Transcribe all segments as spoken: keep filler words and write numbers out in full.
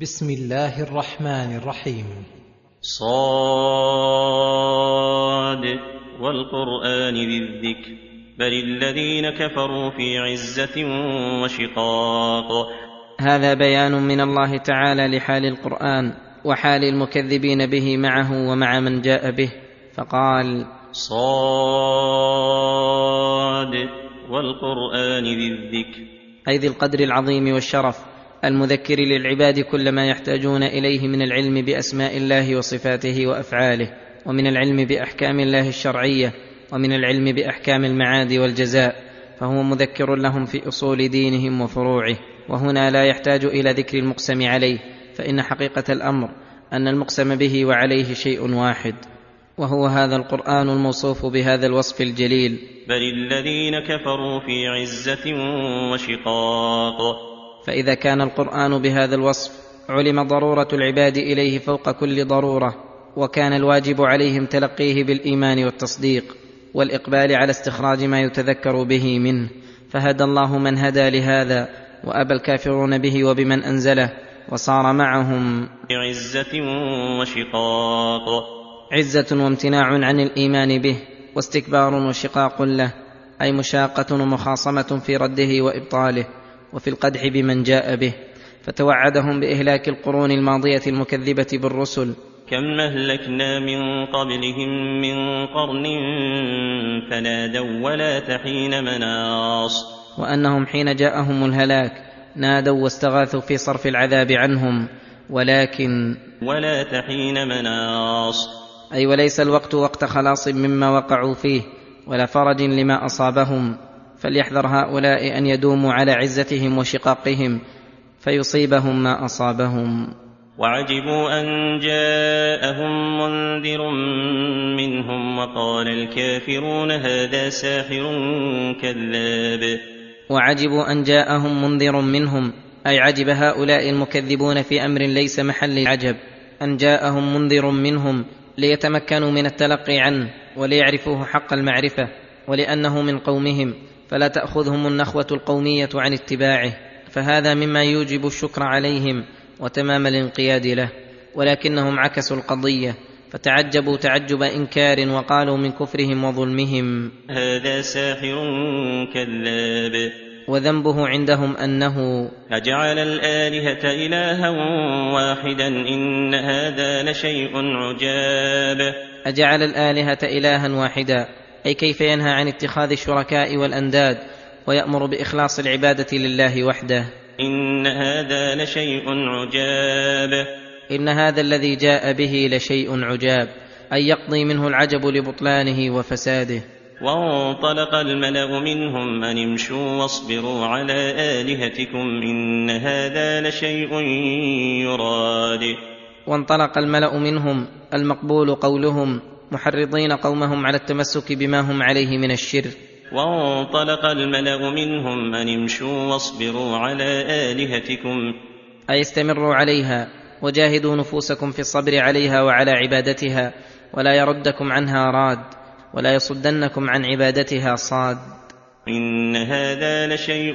بسم الله الرحمن الرحيم. صاد والقرآن ذي الذكر بل الذين كفروا في عزة وشقاق. هذا بيان من الله تعالى لحال القرآن وحال المكذبين به معه ومع من جاء به، فقال: صاد والقرآن ذي الذكر، أي ذي القدر العظيم والشرف، المذكر للعباد كل ما يحتاجون إليه من العلم بأسماء الله وصفاته وأفعاله، ومن العلم بأحكام الله الشرعية، ومن العلم بأحكام المعاد والجزاء، فهو مذكر لهم في أصول دينهم وفروعه. وهنا لا يحتاج إلى ذكر المقسم عليه، فإن حقيقة الأمر أن المقسم به وعليه شيء واحد، وهو هذا القرآن الموصوف بهذا الوصف الجليل. بل الذين كفروا في عزة وشقاق. فإذا كان القرآن بهذا الوصف علم ضرورة العباد إليه فوق كل ضرورة، وكان الواجب عليهم تلقيه بالإيمان والتصديق والإقبال على استخراج ما يتذكر به منه، فهدى الله من هدى لهذا، وأبى الكافرون به وبمن أنزله، وصار معهم عزة وشقاق. عزة وامتناع عن الإيمان به، واستكبار وشقاق له، أي مشاقة ومخاصمة في رده وإبطاله، وفي القدح بمن جاء به، فتوعدهم بإهلاك القرون الماضية المكذبة بالرسل. كم أهلكنا من قبلهم من قرن فنادوا ولا تحين مناص. وأنهم حين جاءهم الهلاك نادوا واستغاثوا في صرف العذاب عنهم، ولكن ولا تحين مناص، أي وليس الوقت وقت خلاص مما وقعوا فيه ولا فرج لما أصابهم. فليحذر هؤلاء أن يدوموا على عزتهم وشقاقهم فيصيبهم ما أصابهم. وعجبوا أن جاءهم منذر منهم وقال الكافرون هذا ساحر كذاب. وعجبوا أن جاءهم منذر منهم، أي عجب هؤلاء المكذبون في أمر ليس محل العجب، أن جاءهم منذر منهم ليتمكنوا من التلقي عنه وليعرفوه حق المعرفة، ولأنه من قومهم فلا تأخذهم النخوة القومية عن اتباعه، فهذا مما يوجب الشكر عليهم وتمام الانقياد له. ولكنهم عكسوا القضية فتعجبوا تعجب إنكار، وقالوا من كفرهم وظلمهم هذا ساحر كذاب. وذنبه عندهم أنه أجعل الآلهة إلها واحدا إن هذا لشيء عجاب. أجعل الآلهة إلها واحدا، أي كيف ينهى عن اتخاذ الشركاء والأنداد ويأمر بإخلاص العبادة لله وحده. إن هذا لشيء عجاب. إن هذا الذي جاء به لشيء عجاب، أي يقضي منه العجب لبطلانه وفساده. وانطلق الملأ منهم أن امشوا واصبروا على آلهتكم إن هذا لشيء يراد. وانطلق الملأ منهم، المقبول قولهم، محرضين قومهم على التمسك بما هم عليه من الشرك. وانطلق الملأ منهم أن امشوا واصبروا على آلهتكم، أي استمروا عليها وجاهدوا نفوسكم في الصبر عليها وعلى عبادتها، ولا يردكم عنها راد، ولا يصدنكم عن عبادتها صاد. إن هذا لشيء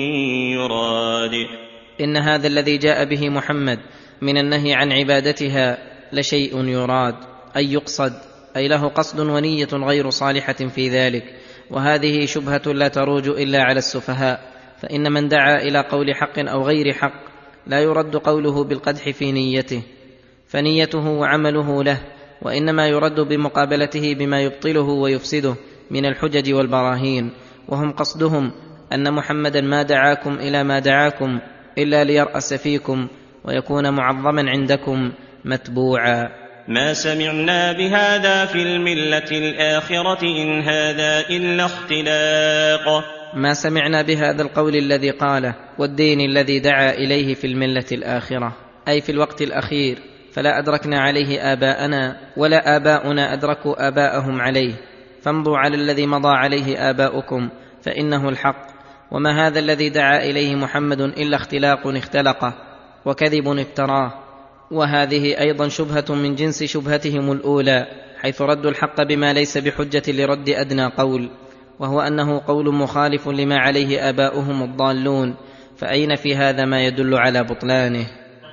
يراد. إن هذا الذي جاء به محمد من النهي عن عبادتها لشيء يراد، أي يقصد، أي له قصد ونية غير صالحة في ذلك. وهذه شبهة لا تروج إلا على السفهاء، فإن من دعا إلى قول حق أو غير حق لا يرد قوله بالقدح في نيته، فنيته وعمله له، وإنما يرد بمقابلته بما يبطله ويفسده من الحجج والبراهين. وهم قصدهم أن محمدا ما دعاكم إلى ما دعاكم إلا ليرأس فيكم ويكون معظما عندكم متبوعا. ما سمعنا بهذا في الملة الآخرة إن هذا إلا اختلاق. ما سمعنا بهذا القول الذي قاله والدين الذي دعا إليه في الملة الآخرة، أي في الوقت الأخير، فلا أدركنا عليه آباءنا ولا آباؤنا أدركوا آباءهم عليه، فامضوا على الذي مضى عليه آباؤكم فإنه الحق. وما هذا الذي دعا إليه محمد إلا اختلاق اختلقه وكذب افتراه. وهذه أيضا شبهة من جنس شبهتهم الأولى، حيث ردوا الحق بما ليس بحجة لرد أدنى قول، وهو أنه قول مخالف لما عليه آباؤهم الضالون، فأين في هذا ما يدل على بطلانه؟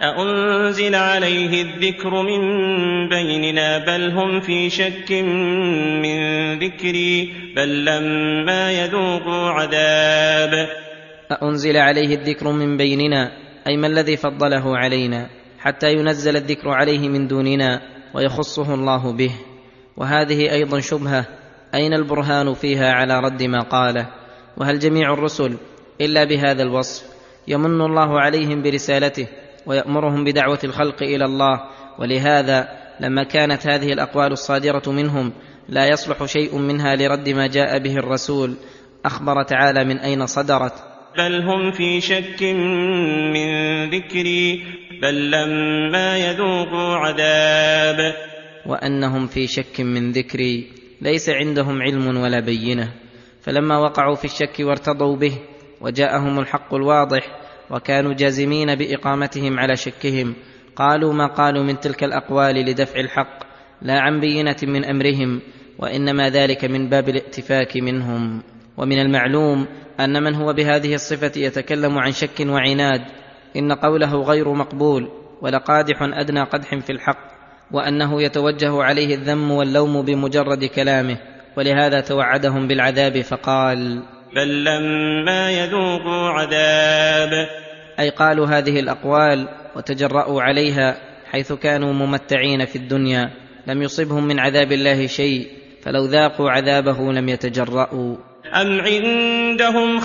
أأنزل عليه الذكر من بيننا بل هم في شك من ذكري بل لما يذوقوا عذاب. أأنزل عليه الذكر من بيننا أي ما الذي فضله علينا حتى ينزل الذكر عليه من دوننا ويخصه الله به. وهذه أيضا شبهة، أين البرهان فيها على رد ما قاله؟ وهل جميع الرسل إلا بهذا الوصف؟ يمن الله عليهم برسالته ويأمرهم بدعوة الخلق إلى الله، ولهذا لما كانت هذه الأقوال الصادرة منهم لا يصلح شيء منها لرد ما جاء به الرسول، أخبر تعالى من أين صدرت: بل هم في شك من ذكري بل لما يذوقوا عذاب. وأنهم في شك من ذكري ليس عندهم علم ولا بينة، فلما وقعوا في الشك وارتضوا به وجاءهم الحق الواضح وكانوا جازمين بإقامتهم على شكهم قالوا ما قالوا من تلك الأقوال لدفع الحق لا عن بينة من أمرهم، وإنما ذلك من باب الائتفاك منهم. ومن المعلوم أن من هو بهذه الصفة يتكلم عن شك وعناد إن قوله غير مقبول ولقادح أدنى قدح في الحق، وأنه يتوجه عليه الذم واللوم بمجرد كلامه، ولهذا توعدهم بالعذاب فقال: بل لما يذوقوا عذاب. أي قالوا هذه الأقوال وتجرؤوا عليها حيث كانوا ممتعين في الدنيا، لم يصبهم من عذاب الله شيء، فلو ذاقوا عذابه لم يتجرؤوا. أم عندهم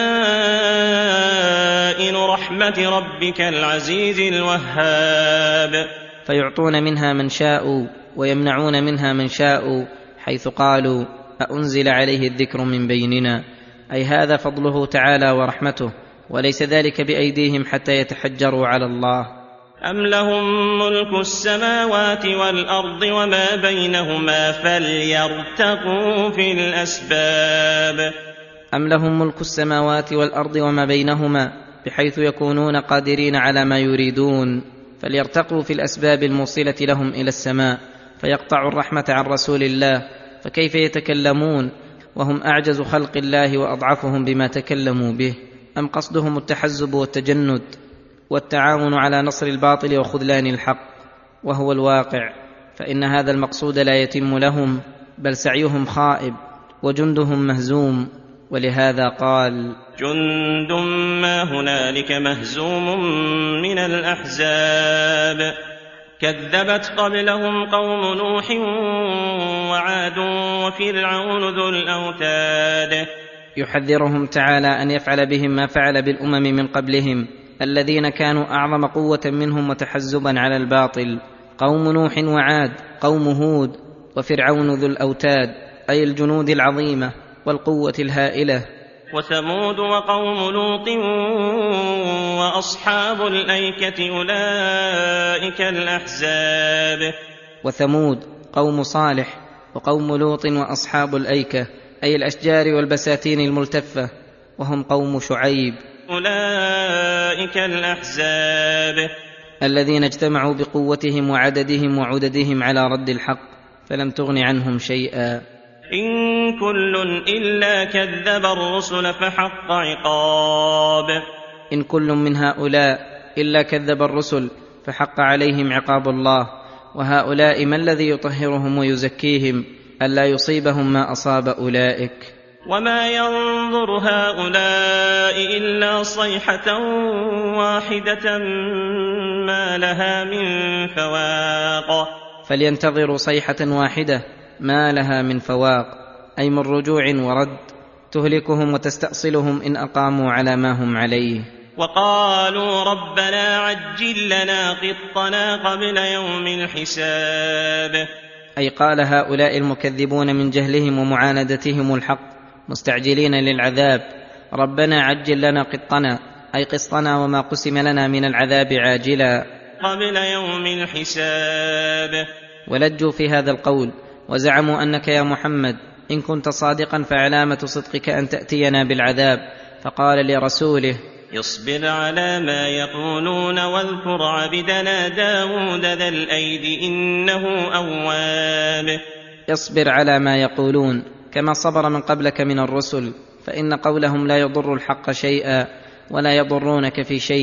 خزائن رحمة ربك العزيز الوهاب. فيعطون منها من شاءوا ويمنعون منها من شاءوا، حيث قالوا: أأنزل عليه الذكر من بيننا، أي هذا فضله تعالى ورحمته، وليس ذلك بأيديهم حتى يتحجروا على الله. أم لهم ملك السماوات والأرض وما بينهما فليرتقوا في الأسباب. أم لهم ملك السماوات والأرض وما بينهما، بحيث يكونون قادرين على ما يريدون، فليرتقوا في الأسباب الموصلة لهم إلى السماء، فيقطعوا الرحمة عن رسول الله، فكيف يتكلمون وهم أعجز خلق الله وأضعفهم بما تكلموا به؟ أم قصدهم التحزب والتجند والتعاون على نصر الباطل وخذلان الحق، وهو الواقع، فإن هذا المقصود لا يتم لهم، بل سعيهم خائب وجندهم مهزوم. ولهذا قال: جند ما هنالك مهزوم من الأحزاب كذبت قبلهم قوم نوح وعاد وفرعون ذو الأوتاد. يحذرهم تعالى أن يفعل بهم ما فعل بالأمم من قبلهم الذين كانوا أعظم قوة منهم وتحزبا على الباطل، قوم نوح وعاد، قوم هود، وفرعون ذو الأوتاد، أي الجنود العظيمة والقوة الهائلة، وثمود وقوم لوط وأصحاب الأيكة أولئك الأحزاب. وثمود قوم صالح وقوم لوط وأصحاب الأيكة، أي الأشجار والبساتين الملتفة، وهم قوم شعيب، أولئك الأحزاب الذين اجتمعوا بقوتهم وعددهم وعددهم على رد الحق، فلم تغن عنهم شيئا. إن كل إلا كذب الرسل فحق عقاب. إن كل من هؤلاء إلا كذب الرسل فحق عليهم عقاب الله. وهؤلاء ما الذي يطهرهم ويزكيهم ألا يصيبهم ما أصاب أولئك؟ وما ينظر هؤلاء إلا صيحة واحدة ما لها من فواق. فلينتظروا صيحة واحدة ما لها من فواق، أي من رجوع ورد، تهلكهم وتستأصلهم إن أقاموا على ما هم عليه. وقالوا ربنا عجل لنا قطنا قبل يوم الحساب. أي قال هؤلاء المكذبون من جهلهم ومعاندتهم الحق مستعجلين للعذاب: ربنا عجل لنا قطنا، أي قسطنا وما قسم لنا من العذاب عاجلا قبل يوم الحساب. ولجوا في هذا القول وزعموا أنك يا محمد إن كنت صادقا فعلامة صدقك أن تأتينا بالعذاب، فقال لرسوله: اصبر على ما يقولون واذكر عبدنا داود ذا الأيد إنه أواب. اصبر على ما يقولون كما صبر من قبلك من الرسل، فإن قولهم لا يضر الحق شيئا ولا يضرونك في شيء،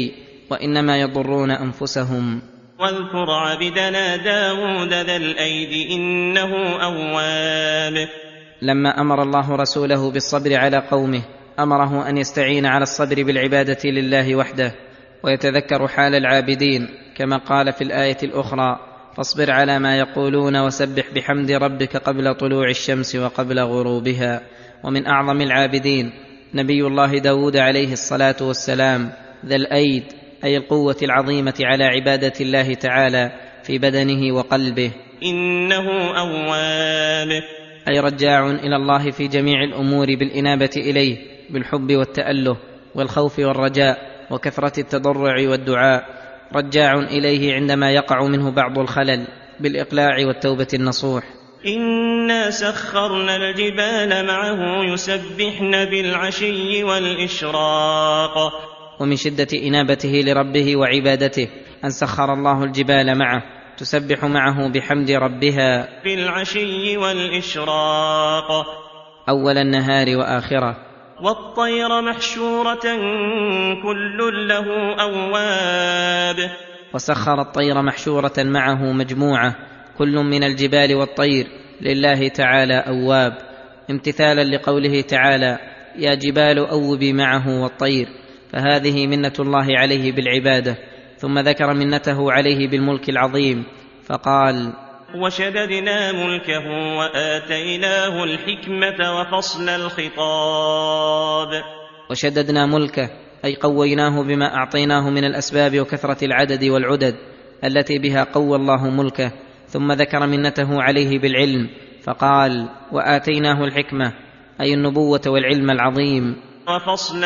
وإنما يضرون أنفسهم. واذكر عبدنا داود ذا الأيد إنه أواب. لما أمر الله رسوله بالصبر على قومه أمره أن يستعين على الصبر بالعبادة لله وحده، ويتذكر حال العابدين كما قال في الآية الأخرى: فاصبر على ما يقولون وسبح بحمد ربك قبل طلوع الشمس وقبل غروبها. ومن أعظم العابدين نبي الله داود عليه الصلاة والسلام ذا الأيد، أي القوة العظيمة على عبادة الله تعالى في بدنه وقلبه. إنه أواب، أي رجاع إلى الله في جميع الأمور بالإنابة إليه بالحب والتأله والخوف والرجاء وكثرة التضرع والدعاء، رجاع إليه عندما يقع منه بعض الخلل بالإقلاع والتوبة النصوح. إنا سخرنا الجبال معه يسبحن بالعشي والإشراق. ومن شدة إنابته لربه وعبادته أن سخر الله الجبال معه تسبح معه بحمد ربها بالعشي والإشراق أول النهار وآخره. والطير محشورة كل له أواب، وسخر الطير محشورة معه مجموعة كل من الجبال والطير لله تعالى أواب، امتثالا لقوله تعالى: يا جبال أوبي معه والطير. فهذه منة الله عليه بالعبادة، ثم ذكر منته عليه بالملك العظيم فقال: وشددنا ملكه وآتيناه الحكمة وفصل الخطاب. وشددنا ملكه أي قويناه بما أعطيناه من الأسباب وكثرة العدد والعدد التي بها قوى الله ملكه، ثم ذكر منته عليه بالعلم فقال: وآتيناه الحكمة أي النبوة والعلم العظيم. وفصل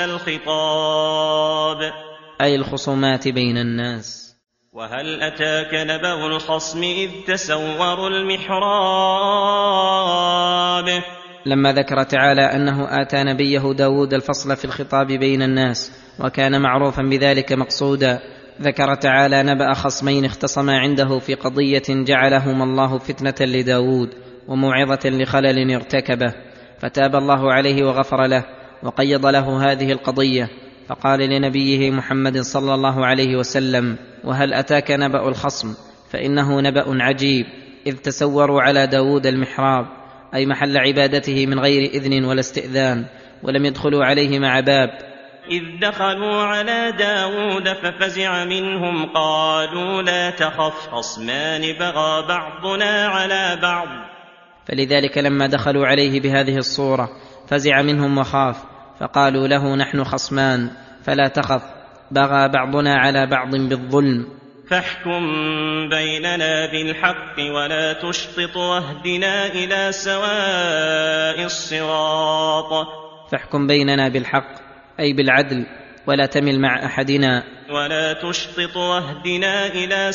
الخطاب أي الخصومات بين الناس. وهل أتاك نبأ الخصم إذ تسوروا المحراب. لما ذكر تعالى أنه آتى نبيه داود الفصل في الخطاب بين الناس وكان معروفا بذلك مقصودا، ذكر تعالى نبأ خصمين اختصما عنده في قضية جعلهما الله فتنة لداود وموعظة لخلل ارتكبه، فتاب الله عليه وغفر له وقيض له هذه القضية، فقال لنبيه محمد صلى الله عليه وسلم: وهل أتاك نبأ الخصم؟ فإنه نبأ عجيب، إذ تسوروا على داود المحراب أي محل عبادته من غير إذن ولا استئذان، ولم يدخلوا عليه مع باب. إذ دخلوا على داود ففزع منهم قالوا لا تخف خصمان بغى بعضنا على بعض. فلذلك لما دخلوا عليه بهذه الصورة فزع منهم وخاف، فقالوا له: نحن خصمان فلا تخف، بغى بعضنا على بعض بالظلم، فاحكم بيننا بالحق ولا تشطط واهدنا إلى سواء الصراط. فاحكم بيننا بالحق أي بالعدل ولا تمل مع أحدنا، ولا تشطط واهدنا إلى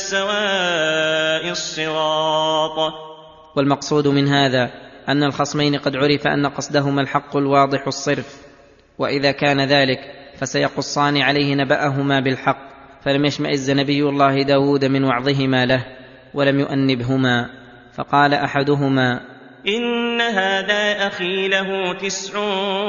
سواء الصراط. والمقصود من هذا أن الخصمين قد عرف أن قصدهما الحق الواضح الصرف، وإذا كان ذلك فسيقصان عليه نبأهما بالحق، فلم يشمئز نبي الله داود من وعظهما له ولم يؤنبهما، فقال أحدهما: إن هذا أخي له تسع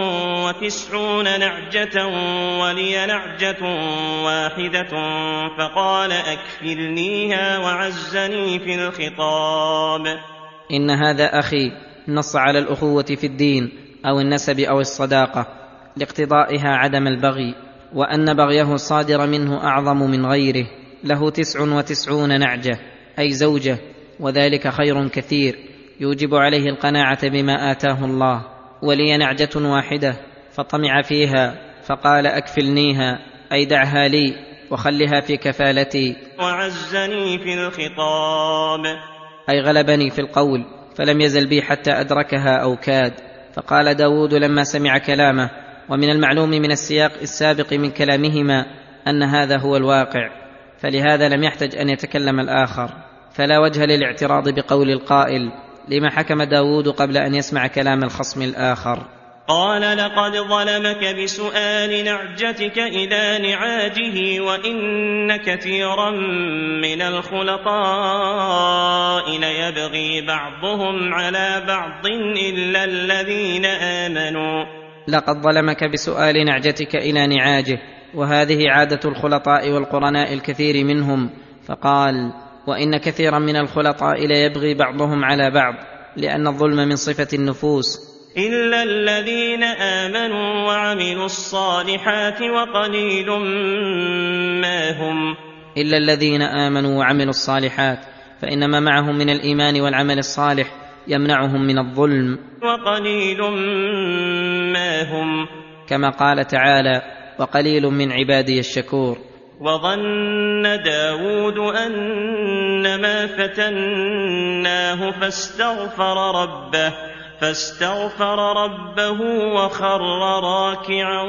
وتسعون نعجة ولي نعجة واحدة فقال أكفلنيها وعزني في الخطاب. إن هذا أخي نص على الأخوة في الدين أو النسب أو الصداقة لاقتضائها عدم البغي، وأن بغيه صادر منه أعظم من غيره. له تسع وتسعون نعجة أي زوجة، وذلك خير كثير يوجب عليه القناعة بما آتاه الله. ولي نعجة واحدة فطمع فيها فقال أكفلنيها أي دعها لي وخلها في كفالتي. وعزني في الخطاب أي غلبني في القول فلم يزل بي حتى أدركها أو كاد. فقال داود لما سمع كلامه، ومن المعلوم من السياق السابق من كلامهما أن هذا هو الواقع، فلهذا لم يحتج أن يتكلم الآخر، فلا وجه للاعتراض بقول القائل لما حكم داود قبل أن يسمع كلام الخصم الآخر. قال لقد ظلمك بسؤال نعجتك إلى نعاجه وإن كثيرا من الخلطاء ليبغي بعضهم على بعض إلا الذين آمنوا. لقد ظلمك بسؤال نعجتك إلى نعاجه وهذه عاده الخلطاء والقرناء الكثير منهم، فقال: وان كثيرا من الخلطاء ليبغي بعضهم على بعض، لان الظلم من صفه النفوس، إلا الذين آمنوا وعملوا الصالحات وقليل ما هم. إلا الذين آمنوا وعملوا الصالحات، فإنما معهم من الإيمان والعمل الصالح يمنعهم من الظلم، وقليل ما هم، كما قال تعالى: وقليل من عبادي الشكور. وظن داود أنما فتناه فاستغفر ربه فاستغفر ربه وخر راكعا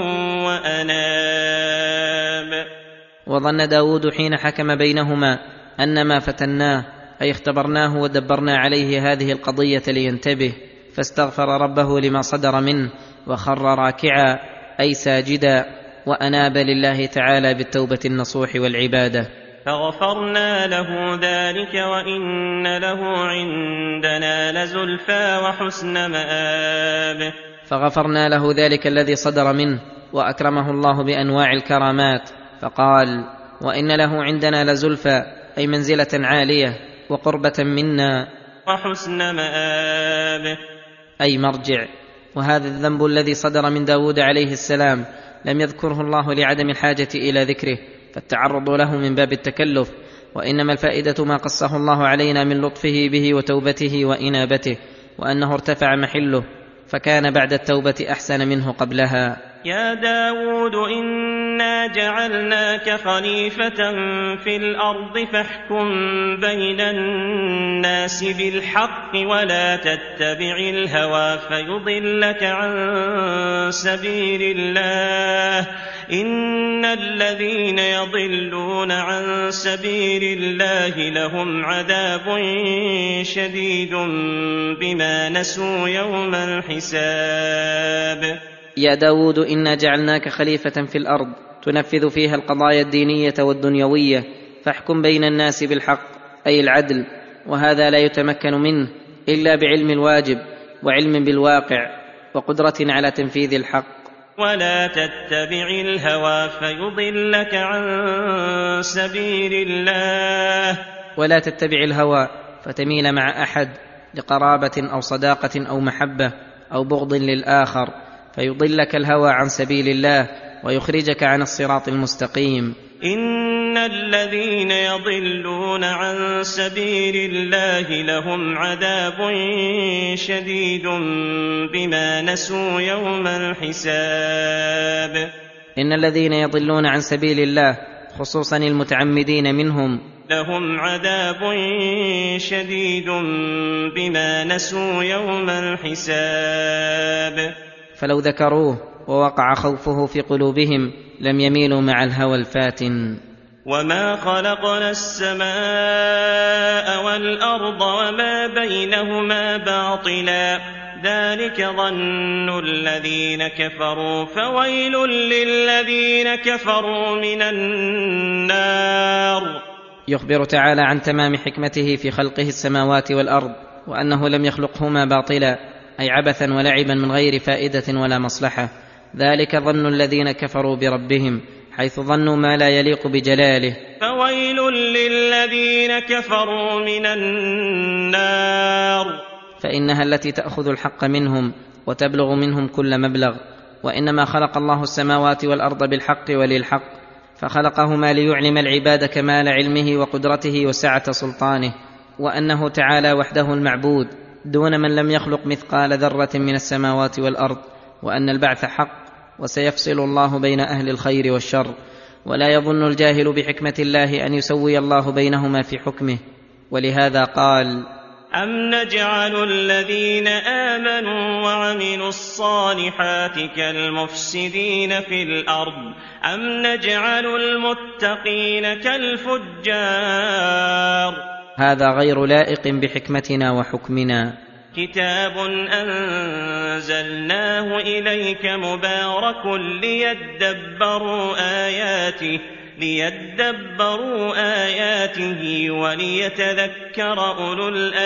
وأناب. وظن داود حين حكم بينهما أنما فتناه، أي اختبرناه ودبرنا عليه هذه القضية لينتبه، فاستغفر ربه لما صدر منه، وخر راكعا أي ساجدا، وأناب لله تعالى بالتوبة النصوح والعبادة، فغفرنا له ذلك وإن له عندنا لزلفى وحسن مآب. فغفرنا له ذلك الذي صدر منه، وأكرمه الله بأنواع الكرامات، فقال: وإن له عندنا لزلفى، أي منزلة عالية وقربة منا، وحسن مآب، أي مرجع. وهذا الذنب الذي صدر من داود عليه السلام لم يذكره الله لعدم الحاجة إلى ذكره، فالتعرض له من باب التكلف، وإنما الفائدة ما قصه الله علينا من لطفه به وتوبته وإنابته، وأنه ارتفع محله فكان بعد التوبة أحسن منه قبلها. يا داود إنا جعلناك خليفة في الأرض فاحكم بين الناس بالحق ولا تتبع الهوى فيضلك عن سبيل الله، إن الذين يضلون عن سبيل الله لهم عذاب شديد بما نسوا يوم الحساب. يا داود إنا جعلناك خليفة في الأرض تنفذ فيها القضايا الدينية والدنيوية، فاحكم بين الناس بالحق، أي العدل، وهذا لا يتمكن منه إلا بعلم الواجب وعلم بالواقع وقدرة على تنفيذ الحق. ولا تتبع الهوى فيضلك عن سبيل الله، ولا تتبع الهوى فتميل مع أحد لقرابة أو صداقة أو محبة أو بغض للآخر، فيضلك الهوى عن سبيل الله ويخرجك عن الصراط المستقيم. إن الذين يضلون عن سبيل الله لهم عذاب شديد بما نسوا يوم الحساب. إن الذين يضلون عن سبيل الله خصوصا المتعمدين منهم لهم عذاب شديد بما نسوا يوم الحساب. فلو ذكروه ووقع خوفه في قلوبهم لم يميلوا مع الهوى الفاتن. وما خلقنا السماء والأرض وما بينهما باطلا ذلك ظن الذين كفروا فويل للذين كفروا من النار. يخبر تعالى عن تمام حكمته في خلقه السماوات والأرض، وأنه لم يخلقهما باطلا أي عبثا ولعبا من غير فائدة ولا مصلحة. ذلك ظن الذين كفروا بربهم، حيث ظنوا ما لا يليق بجلاله. فويل للذين كفروا من النار، فإنها التي تأخذ الحق منهم وتبلغ منهم كل مبلغ. وإنما خلق الله السماوات والأرض بالحق وللحق، فخلقهما ليعلم العباد كمال علمه وقدرته وسعة سلطانه، وأنه تعالى وحده المعبود دون من لم يخلق مثقال ذرة من السماوات والأرض، وأن البعث حق وسيفصل الله بين أهل الخير والشر. ولا يظن الجاهل بحكمة الله أن يسوي الله بينهما في حكمه، ولهذا قال: أم نجعل الذين آمنوا وعملوا الصالحات كالمفسدين في الأرض أم نجعل المتقين كالفجار. هذا غير لائق بحكمتنا وحكمنا. كتاب أنزلناه إليك مبارك ليدبروا آياته ليدبروا آياته وليتذكر أولو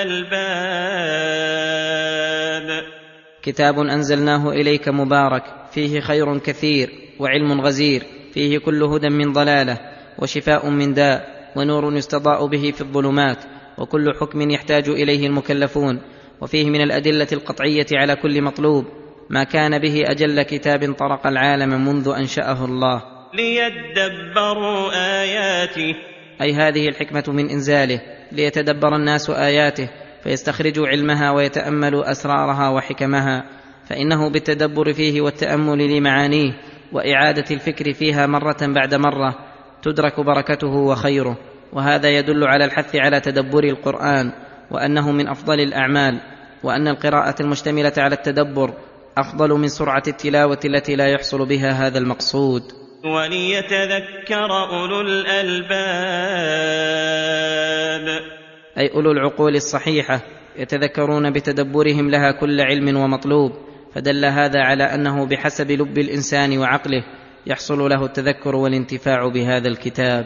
الألباب. كتاب أنزلناه إليك مبارك فيه خير كثير وعلم غزير فيه كل هدى من ضلاله وشفاء من داء ونور يستضاء به في الظلمات وكل حكم يحتاج إليه المكلفون، وفيه من الأدلة القطعية على كل مطلوب ما كان به أجل كتاب طرق العالم منذ أنشأه الله ليدبروا آياته، أي هذه الحكمة من إنزاله ليتدبر الناس آياته فيستخرجوا علمها ويتأملوا أسرارها وحكمها، فإنه بالتدبر فيه والتأمل لمعانيه وإعادة الفكر فيها مرة بعد مرة تدرك بركته وخيره. وهذا يدل على الحث على تدبر القرآن وأنه من أفضل الأعمال، وأن القراءة المشتملة على التدبر أفضل من سرعة التلاوة التي لا يحصل بها هذا المقصود. وليتذكر أولو الألباب، أي أولو العقول الصحيحة يتذكرون بتدبرهم لها كل علم ومطلوب، فدل هذا على أنه بحسب لب الإنسان وعقله يحصل له التذكر والانتفاع بهذا الكتاب.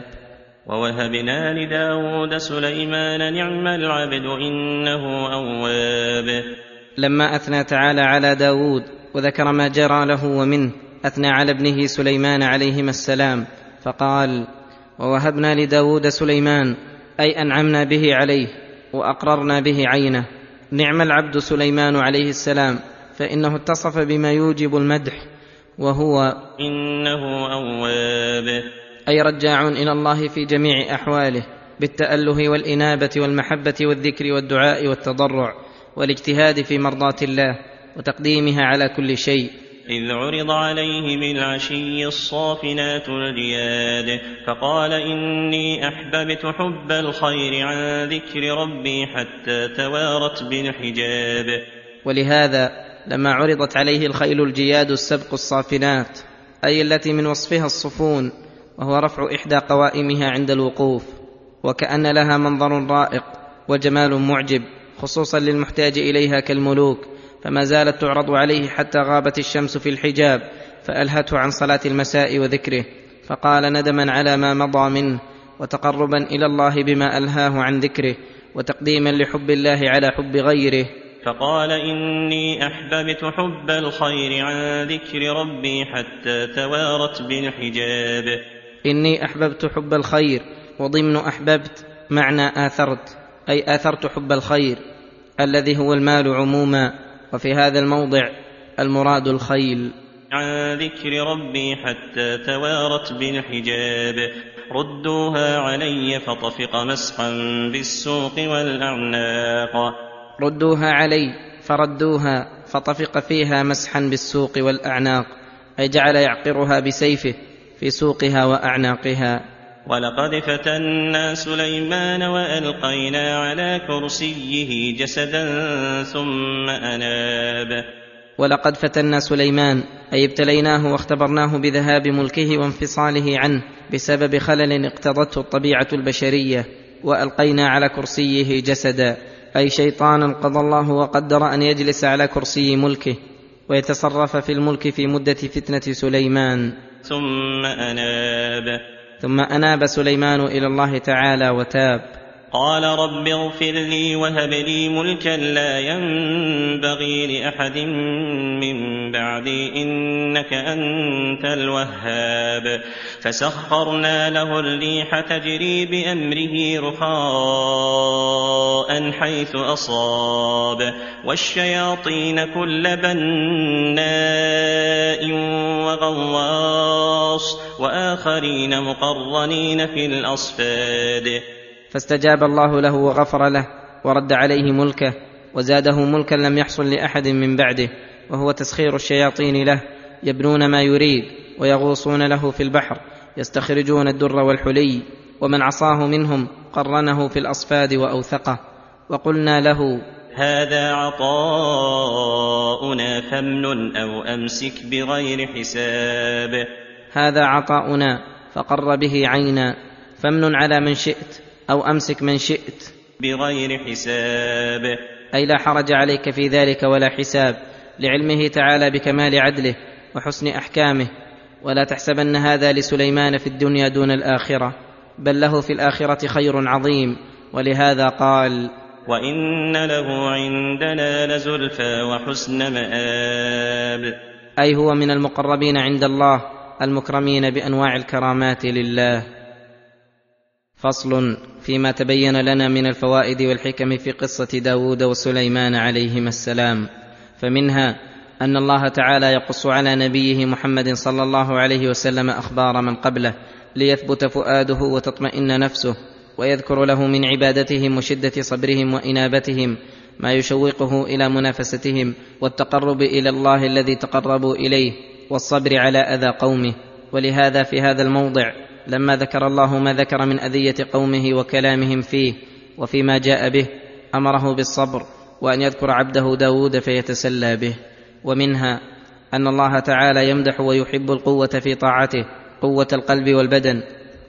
ووهبنا لداود سليمان نعم العبد إنه أواب. لما أثنى تعالى على داود وذكر ما جرى له ومنه أثنى على ابنه سليمان عليهما السلام فقال: ووهبنا لداود سليمان، أي أنعمنا به عليه وأقررنا به عينه. نعم العبد سليمان عليه السلام، فإنه اتصف بما يوجب المدح وهو إنه أواب، أي رجاع إلى الله في جميع أحواله بالتأله والإنابة والمحبة والذكر والدعاء والتضرع والاجتهاد في مرضاة الله وتقديمها على كل شيء. إذ عرض عليه بالعشي الصافنات الجياد فقال إني أحببت حب الخير عن ذكر ربي حتى توارت بالحجاب. ولهذا لما عرضت عليه الخيل الجياد السبق الصافنات، أي التي من وصفها الصفون وهو رفع إحدى قوائمها عند الوقوف، وكأن لها منظر رائق وجمال معجب خصوصا للمحتاج إليها كالملوك، فما زالت تعرض عليه حتى غابت الشمس في الحجاب فألهته عن صلاة المساء وذكره، فقال ندما على ما مضى منه وتقربا إلى الله بما ألهاه عن ذكره وتقديما لحب الله على حب غيره، فقال إني أحببت حب الخير عن ذكر ربي حتى توارت بالحجاب. إني أحببت حب الخير، وضمن أحببت معنى آثرت، أي آثرت حب الخير الذي هو المال عموما، وفي هذا الموضع المراد الخيل. عن ذكر ربي حتى توارت بالحجاب ردوها علي فطفق مسحا بالسوق والأعناق. ردوها علي فردوها فطفق فيها مسحا بالسوق والأعناق، أي جعل يعقرها بسيفه في سوقها وأعناقها. ولقد فتنا سليمان وألقينا على كرسيه جسدا ثم أناب. ولقد فتنا سليمان، أي ابتليناه واختبرناه بذهاب ملكه وانفصاله عنه بسبب خلل اقتضته الطبيعة البشرية، وألقينا على كرسيه جسدا، أي شيطانا قضى الله وقدر أن يجلس على كرسي ملكه ويتصرف في الملك في مدة فتنة سليمان. ثم أناب، ثم أناب سليمان إلى الله تعالى وتاب. قال رب اغفر لي وهب لي ملكا لا ينبغي لأحد من بعدي إنك أنت الوهاب. فسخرنا له الريح تجري بأمره رخاء حيث أصاب والشياطين كل بناء وغواص وآخرين مقرنين في الأصفاد. فاستجاب الله له وغفر له ورد عليه ملكه وزاده ملكا لم يحصل لأحد من بعده، وهو تسخير الشياطين له، يبنون ما يريد ويغوصون له في البحر يستخرجون الدر والحلي، ومن عصاه منهم قرنه في الأصفاد وأوثقه. وقلنا له هذا عطاؤنا فامنن أو أمسك بغير حساب. هذا عطاؤنا فقر به عينا، فامنن على من شئت أو أمسك من شئت بغير حساب، أي لا حرج عليك في ذلك ولا حساب، لعلمه تعالى بكمال عدله وحسن أحكامه. ولا تحسبن هذا لسليمان في الدنيا دون الآخرة، بل له في الآخرة خير عظيم، ولهذا قال وإن له عندنا لزلفى وحسن مآب، أي هو من المقربين عند الله المكرمين بأنواع الكرامات لله. فصل فيما تبين لنا من الفوائد والحكم في قصة داود وسليمان عليهما السلام. فمنها أن الله تعالى يقص على نبيه محمد صلى الله عليه وسلم أخبار من قبله ليثبت فؤاده وتطمئن نفسه، ويذكر له من عبادتهم وشدة صبرهم وإنابتهم ما يشوقه إلى منافستهم والتقرب إلى الله الذي تقربوا إليه، والصبر على أذى قومه. ولهذا في هذا الموضع لما ذكر الله ما ذكر من أذية قومه وكلامهم فيه وفيما جاء به أمره بالصبر، وأن يذكر عبده داود فيتسلى به. ومنها أن الله تعالى يمدح ويحب القوة في طاعته، قوة القلب والبدن،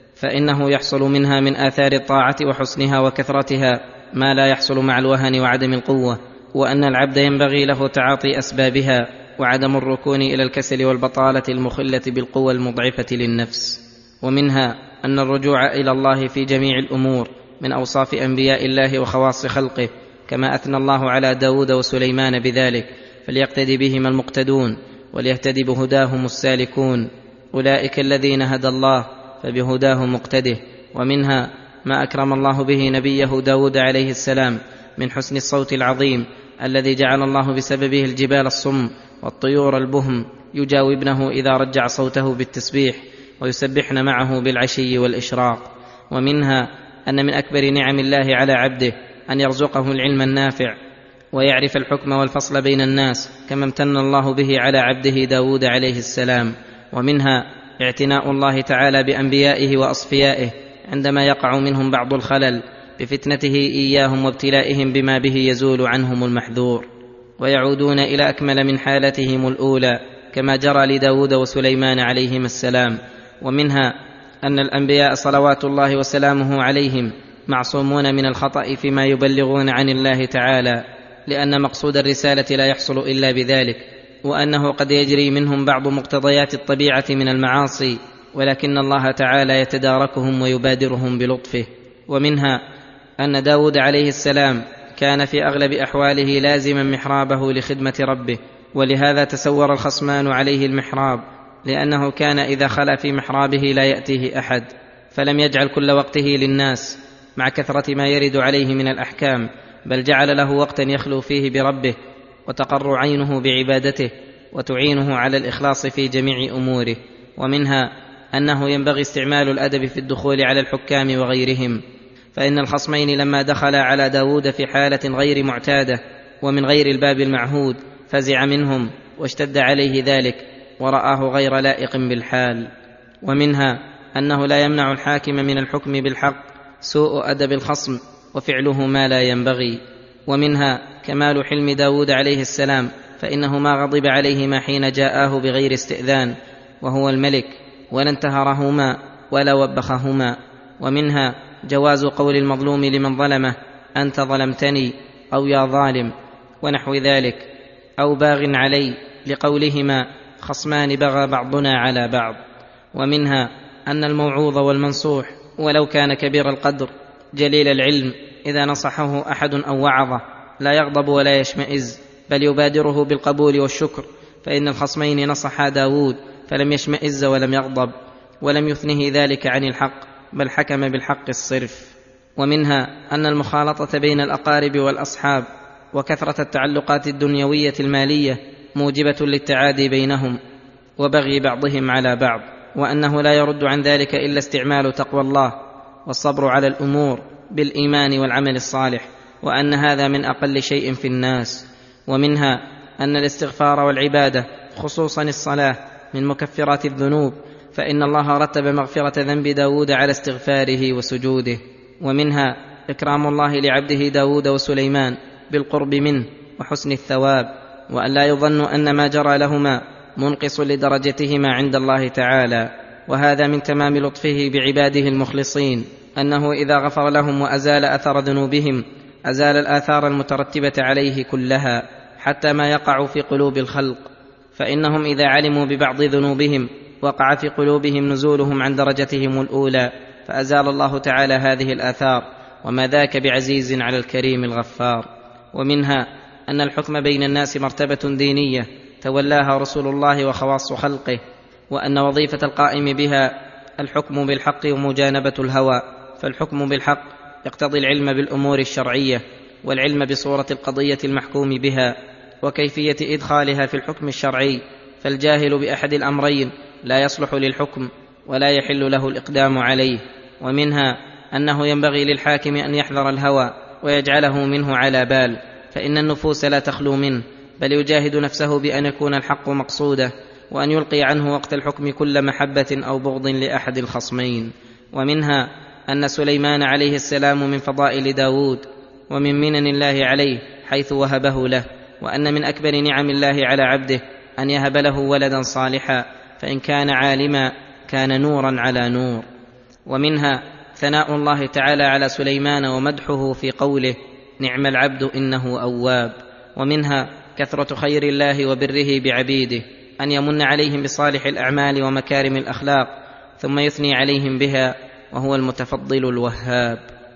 فإنه يحصل منها من آثار الطاعة وحسنها وكثرتها ما لا يحصل مع الوهن وعدم القوة، وأن العبد ينبغي له تعاطي أسبابها وعدم الركون إلى الكسل والبطالة المخلة بالقوة المضعفة للنفس. ومنها أن الرجوع إلى الله في جميع الأمور من أوصاف أنبياء الله وخواص خلقه، كما أثنى الله على داود وسليمان بذلك، فليقتدي بهما المقتدون وليهتدي بهداهم السالكون. أولئك الذين هدى الله فبهداه مقتده. ومنها ما أكرم الله به نبيه داود عليه السلام من حسن الصوت العظيم الذي جعل الله بسببه الجبال الصم والطيور البهم يجاوبنه إذا رجع صوته بالتسبيح ويسبحن معه بالعشي والإشراق. ومنها أن من أكبر نعم الله على عبده أن يرزقه العلم النافع ويعرف الحكم والفصل بين الناس، كما امتن الله به على عبده داود عليه السلام. ومنها اعتناء الله تعالى بأنبيائه وأصفيائه عندما يقع منهم بعض الخلل بفتنته إياهم وابتلائهم بما به يزول عنهم المحذور ويعودون إلى أكمل من حالتهم الأولى، كما جرى لداود وسليمان عليهما السلام. ومنها أن الأنبياء صلوات الله وسلامه عليهم معصومون من الخطأ فيما يبلغون عن الله تعالى، لأن مقصود الرسالة لا يحصل إلا بذلك، وأنه قد يجري منهم بعض مقتضيات الطبيعة من المعاصي، ولكن الله تعالى يتداركهم ويبادرهم بلطفه. ومنها أن داود عليه السلام كان في أغلب أحواله لازما محرابه لخدمة ربه، ولهذا تسور الخصمان عليه المحراب، لأنه كان إذا خلا في محرابه لا يأتيه أحد، فلم يجعل كل وقته للناس مع كثرة ما يرد عليه من الأحكام، بل جعل له وقتا يخلو فيه بربه وتقر عينه بعبادته وتعينه على الإخلاص في جميع أموره. ومنها أنه ينبغي استعمال الأدب في الدخول على الحكام وغيرهم، فإن الخصمين لما دخلا على داود في حالة غير معتادة ومن غير الباب المعهود فزع منهم واشتد عليه ذلك ورآه غير لائق بالحال. ومنها أنه لا يمنع الحاكم من الحكم بالحق سوء أدب الخصم وفعله ما لا ينبغي. ومنها كمال حلم داود عليه السلام، فإنه ما غضب عليهما حين جاءاه بغير استئذان وهو الملك، ولا انتهرهما ولا وبخهما. ومنها جواز قول المظلوم لمن ظلمه أنت ظلمتني أو يا ظالم ونحو ذلك، أو باغ علي، لقولهما خصمان بغى بعضنا على بعض. ومنها أن الموعوظ والمنصوح ولو كان كبير القدر جليل العلم إذا نصحه أحد أو وعظه لا يغضب ولا يشمئز، بل يبادره بالقبول والشكر، فإن الخصمين نصحا داود فلم يشمئز ولم يغضب، ولم يثنه ذلك عن الحق، بل حكم بالحق الصرف. ومنها أن المخالطة بين الأقارب والأصحاب وكثرة التعلقات الدنيوية المالية موجبة للتعادي بينهم وبغي بعضهم على بعض، وأنه لا يرد عن ذلك إلا استعمال تقوى الله والصبر على الأمور بالإيمان والعمل الصالح، وأن هذا من أقل شيء في الناس. ومنها أن الاستغفار والعبادة خصوصا الصلاة من مكفرات الذنوب، فإن الله رتب مغفرة ذنب داود على استغفاره وسجوده. ومنها إكرام الله لعبده داود وسليمان بالقرب منه وحسن الثواب، وأن لا يظن أن ما جرى لهما منقص لدرجتهما عند الله تعالى. وهذا من تمام لطفه بعباده المخلصين، أنه إذا غفر لهم وأزال أثر ذنوبهم أزال الآثار المترتبة عليه كلها، حتى ما يقع في قلوب الخلق، فإنهم إذا علموا ببعض ذنوبهم وقع في قلوبهم نزولهم عن درجتهم الأولى، فأزال الله تعالى هذه الآثار، وما ذاك بعزيز على الكريم الغفار. ومنها أن الحكم بين الناس مرتبة دينية تولاها رسول الله وخواص خلقه، وأن وظيفة القائم بها الحكم بالحق ومجانبة الهوى، فالحكم بالحق يقتضي العلم بالأمور الشرعية والعلم بصورة القضية المحكوم بها وكيفية إدخالها في الحكم الشرعي، فالجاهل بأحد الأمرين لا يصلح للحكم ولا يحل له الإقدام عليه. ومنها أنه ينبغي للحاكم أن يحذر الهوى ويجعله منه على بال، فإن النفوس لا تخلو منه، بل يجاهد نفسه بأن يكون الحق مقصوده، وأن يلقي عنه وقت الحكم كل محبة أو بغض لأحد الخصمين. ومنها أن سليمان عليه السلام من فضائل داود ومن منن الله عليه حيث وهبه له، وأن من أكبر نعم الله على عبده أن يهب له ولدا صالحا، فإن كان عالما كان نورا على نور. ومنها ثناء الله تعالى على سليمان ومدحه في قوله نعم العبد إنه أواب. ومنها كثرة خير الله وبره بعبيده، أن يمن عليهم بصالح الأعمال ومكارم الأخلاق ثم يثني عليهم بها، وهو المتفضل الوهاب.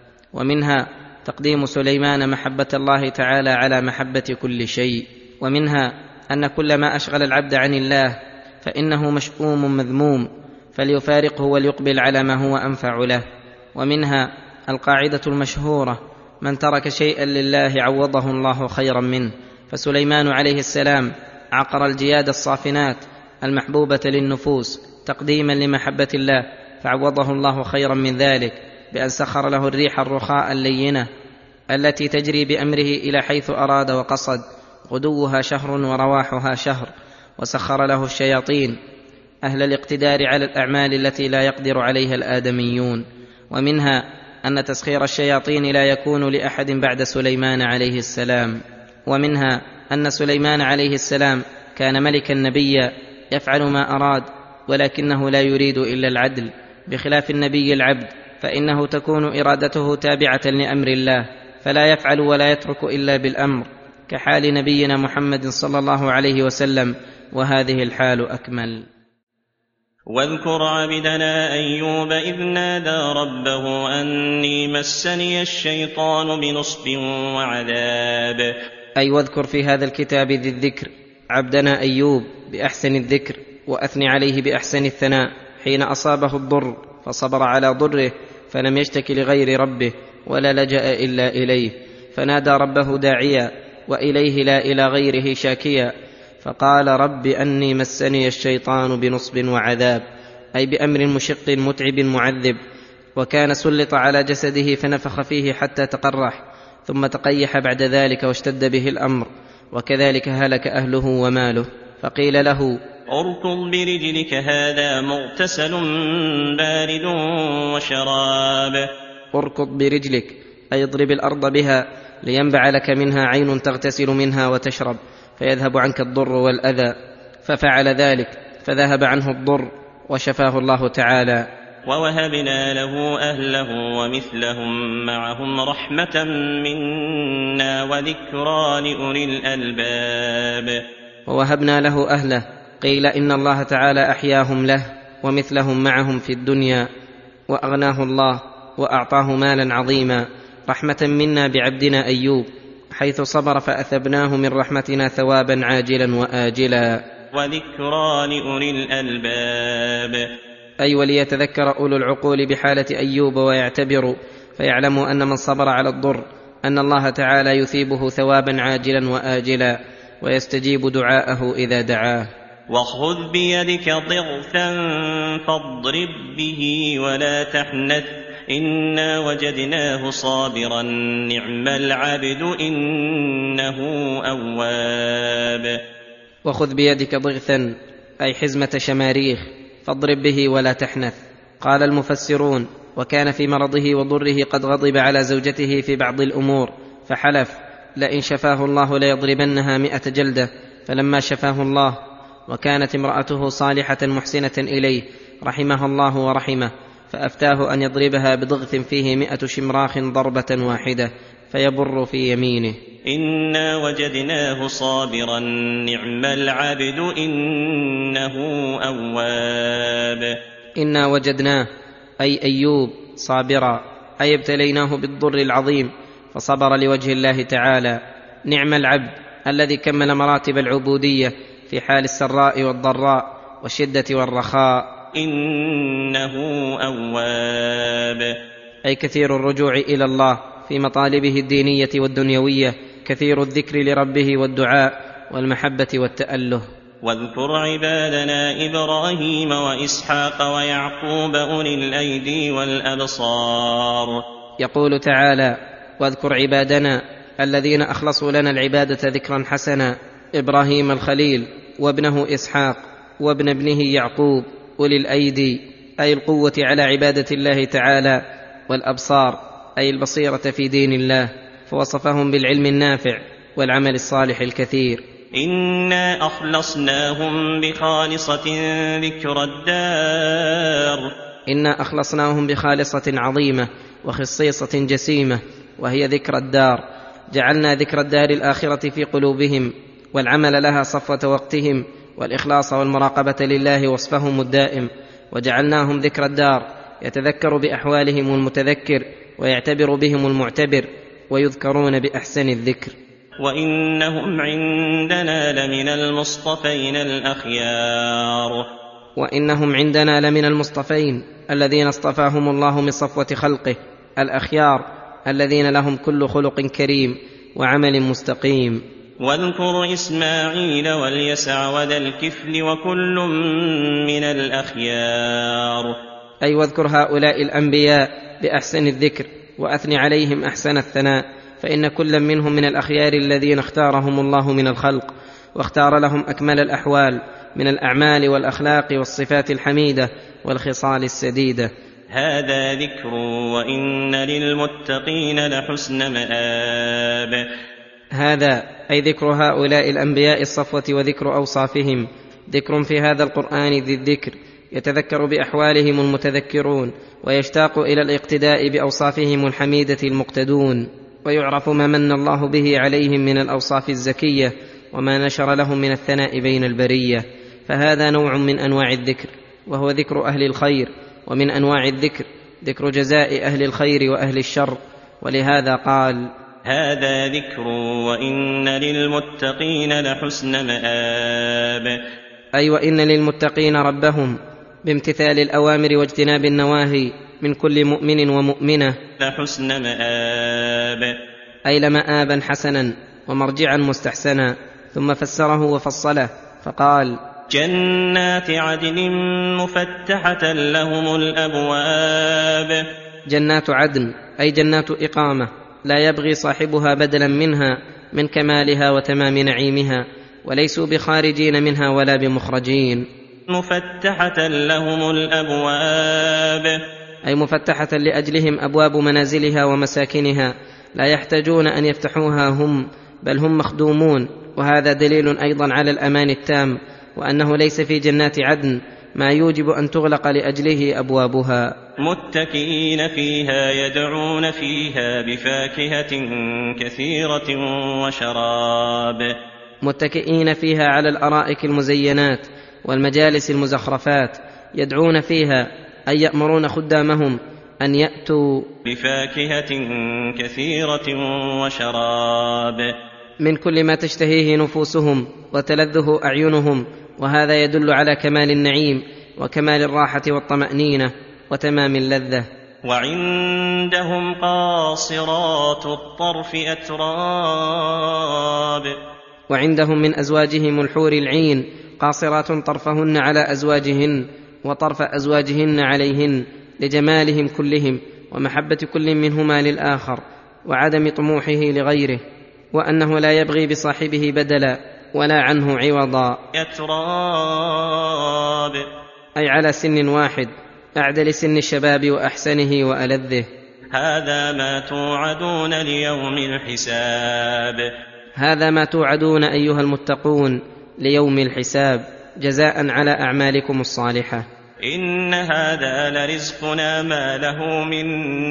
ومنها تقديم سليمان محبة الله تعالى على محبة كل شيء. ومنها أن كل ما أشغل العبد عن الله فإنه مشؤوم مذموم، فليفارقه وليقبل على ما هو أنفع له. ومنها القاعدة المشهورة من ترك شيئا لله عوضه الله خيرا منه، فسليمان عليه السلام عقر الجياد الصافنات المحبوبة للنفوس تقديما لمحبة الله، فعوضه الله خيرا من ذلك بأن سخر له الريح الرخاء اللينة التي تجري بأمره إلى حيث أراد وقصد، غدوها شهر ورواحها شهر، وسخر له الشياطين أهل الاقتدار على الأعمال التي لا يقدر عليها الآدميون. ومنها أن تسخير الشياطين لا يكون لأحد بعد سليمان عليه السلام. ومنها أن سليمان عليه السلام كان ملكا نبيا يفعل ما أراد، ولكنه لا يريد إلا العدل، بخلاف النبي العبد فإنه تكون إرادته تابعة لأمر الله، فلا يفعل ولا يترك إلا بالأمر، كحال نبينا محمد صلى الله عليه وسلم، وهذه الحال أكمل. واذكر عبدنا أيوب إذ نادى ربه أني مسني الشيطان بنصب وعذاب. أي واذكر في هذا الكتاب ذي الذكر عبدنا أيوب بأحسن الذكر، وأثني عليه بأحسن الثناء حين أصابه الضر فصبر على ضره، فلم يشتك لغير ربه ولا لجأ إلا إليه، فنادى ربه داعيا وإليه لا إلى غيره شاكيا، فقال رب أني مسني الشيطان بنصب وعذاب، أي بأمر مشق متعب معذب. وكان سلط على جسده فنفخ فيه حتى تقرح، ثم تقيح بعد ذلك واشتد به الأمر، وكذلك هلك أهله وماله. فقيل له اركض برجلك هذا مغتسل بارد وشراب. اركض برجلك أي اضرب الأرض بها لينبع لك منها عين تغتسل منها وتشرب، فيذهب عنك الضر والأذى. ففعل ذلك فذهب عنه الضر وشفاه الله تعالى. ووهبنا له أهله ومثلهم معهم رحمة منا وذكرى لأولي الألباب. ووهبنا له أهله، قيل إن الله تعالى أحياهم له ومثلهم معهم في الدنيا، وأغناه الله وأعطاه مالا عظيما، رحمة منا بعبدنا أيوب، حيث صبر فأثبناه من رحمتنا ثوابا عاجلا وآجلا. وذكرى لأولي الألباب، أي وليتذكر أولو العقول بحالة أيوب ويعتبروا، فيعلموا أن من صبر على الضر أن الله تعالى يثيبه ثوابا عاجلا وآجلا، ويستجيب دعاءه إذا دعاه. وخذ بيدك ضغثا فاضرب به ولا تحنث إنا وجدناه صابرا نعم العبد إنه أواب. وخذ بيدك ضغثا أي حزمة شماريخ، فاضرب به ولا تحنث. قال المفسرون وكان في مرضه وضره قد غضب على زوجته في بعض الأمور، فحلف لئن شفاه الله ليضربنها مئة جلدة، فلما شفاه الله وكانت امرأته صالحة محسنة إليه رحمها الله ورحمه، فأفتاه أن يضربها بضغث فيه مئة شمراخ ضربة واحدة فيبر في يمينه. إنا وجدناه صابرا نعم العبد إنه أواب. إنا وجدناه أي أيوب صابرا، أي ابتليناه بالضر العظيم فصبر لوجه الله تعالى. نعم العبد الذي كمل مراتب العبودية في حال السراء والضراء، والشدة والرخاء، إنه أواب، أي كثير الرجوع إلى الله في مطالبه الدينية والدنيوية، كثير الذكر لربه والدعاء والمحبة والتأله. واذكر عبادنا إبراهيم وإسحاق ويعقوب أولي الأيدي والأبصار. يقول تعالى: واذكر عبادنا الذين أخلصوا لنا العبادة ذكرا حسنا، إبراهيم الخليل وابنه إسحاق وابن ابنه يعقوب، أولي الأيدي أي القوة على عبادة الله تعالى، والأبصار أي البصيرة في دين الله، فوصفهم بالعلم النافع والعمل الصالح الكثير. إنا أخلصناهم بخالصة ذكر الدار. إنا أخلصناهم بخالصة عظيمة وخصيصة جسيمة، وهي ذكر الدار. جعلنا ذكر الدار الآخرة في قلوبهم، والعمل لها صفوة وقتهم، والإخلاص والمراقبة لله وصفهم الدائم. وجعلناهم ذكر الدار يتذكر بأحوالهم المتذكر، ويعتبر بهم المعتبر، ويذكرون بأحسن الذكر. وإنهم عندنا لمن المصطفين الأخيار. وإنهم عندنا لمن المصطفين الذين اصطفاهم الله من صفوة خلقه، الأخيار الذين لهم كل خلق كريم وعمل مستقيم. واذكر إسماعيل واليسع وذا الكفل وكل من الأخيار. أي واذكر هؤلاء الأنبياء بأحسن الذكر، وأثن عليهم أحسن الثناء، فإن كل منهم من الأخيار الذين اختارهم الله من الخلق، واختار لهم أكمل الأحوال من الأعمال والأخلاق والصفات الحميدة والخصال السديدة. هذا ذكر وإن للمتقين لحسن مآب. هذا أي ذكر هؤلاء الأنبياء الصفوة وذكر أوصافهم، ذكر في هذا القرآن ذي الذكر يتذكر بأحوالهم المتذكرون، ويشتاق إلى الاقتداء بأوصافهم الحميدة المقتدون، ويعرف ما من الله به عليهم من الأوصاف الزكية، وما نشر لهم من الثناء بين البرية. فهذا نوع من أنواع الذكر، وهو ذكر أهل الخير. ومن أنواع الذكر ذكر جزاء أهل الخير وأهل الشر، ولهذا قال: هذا ذكر وإن للمتقين لحسن مآب. أي وإن للمتقين ربهم بامتثال الأوامر واجتناب النواهي من كل مؤمن ومؤمنة لحسن مآب، أي لمآبا حسنا ومرجعا مستحسنا. ثم فسره وفصله فقال: جنات عدن مفتحة لهم الأبواب. جنات عدن أي جنات إقامة، لا يبغي صاحبها بدلا منها من كمالها وتمام نعيمها، وليسوا بخارجين منها ولا بمخرجين. مفتحة لهم الأبواب أي مفتحة لأجلهم أبواب منازلها ومساكنها، لا يحتاجون أن يفتحوها هم، بل هم مخدومون. وهذا دليل أيضا على الأمان التام، وأنه ليس في جنات عدن ما يوجب أن تغلق لأجله أبوابها. متكئين فيها يدعون فيها بفاكهة كثيرة وشراب. متكئين فيها على الأرائك المزينات والمجالس المزخرفات، يدعون فيها أي يأمرون خدامهم أن يأتوا بفاكهة كثيرة وشراب، من كل ما تشتهيه نفوسهم وتلذه أعينهم. وهذا يدل على كمال النعيم وكمال الراحة والطمأنينة وتمام اللذة. وعندهم قاصرات الطرف أتراب. وعندهم من أزواجهم الحور العين قاصرات طرفهن على أزواجهن، وطرف أزواجهن عليهن، لجمالهم كلهم ومحبة كل منهما للآخر، وعدم طموحه لغيره، وأنه لا يبغي بصاحبه بدلا ولا عنه عوضا. يتراب أي على سن واحد، أعدل سن الشباب وأحسنه وألذه. هذا ما توعدون ليوم الحساب. هذا ما توعدون أيها المتقون ليوم الحساب، جزاء على أعمالكم الصالحة. إن هذا لرزقنا ما له من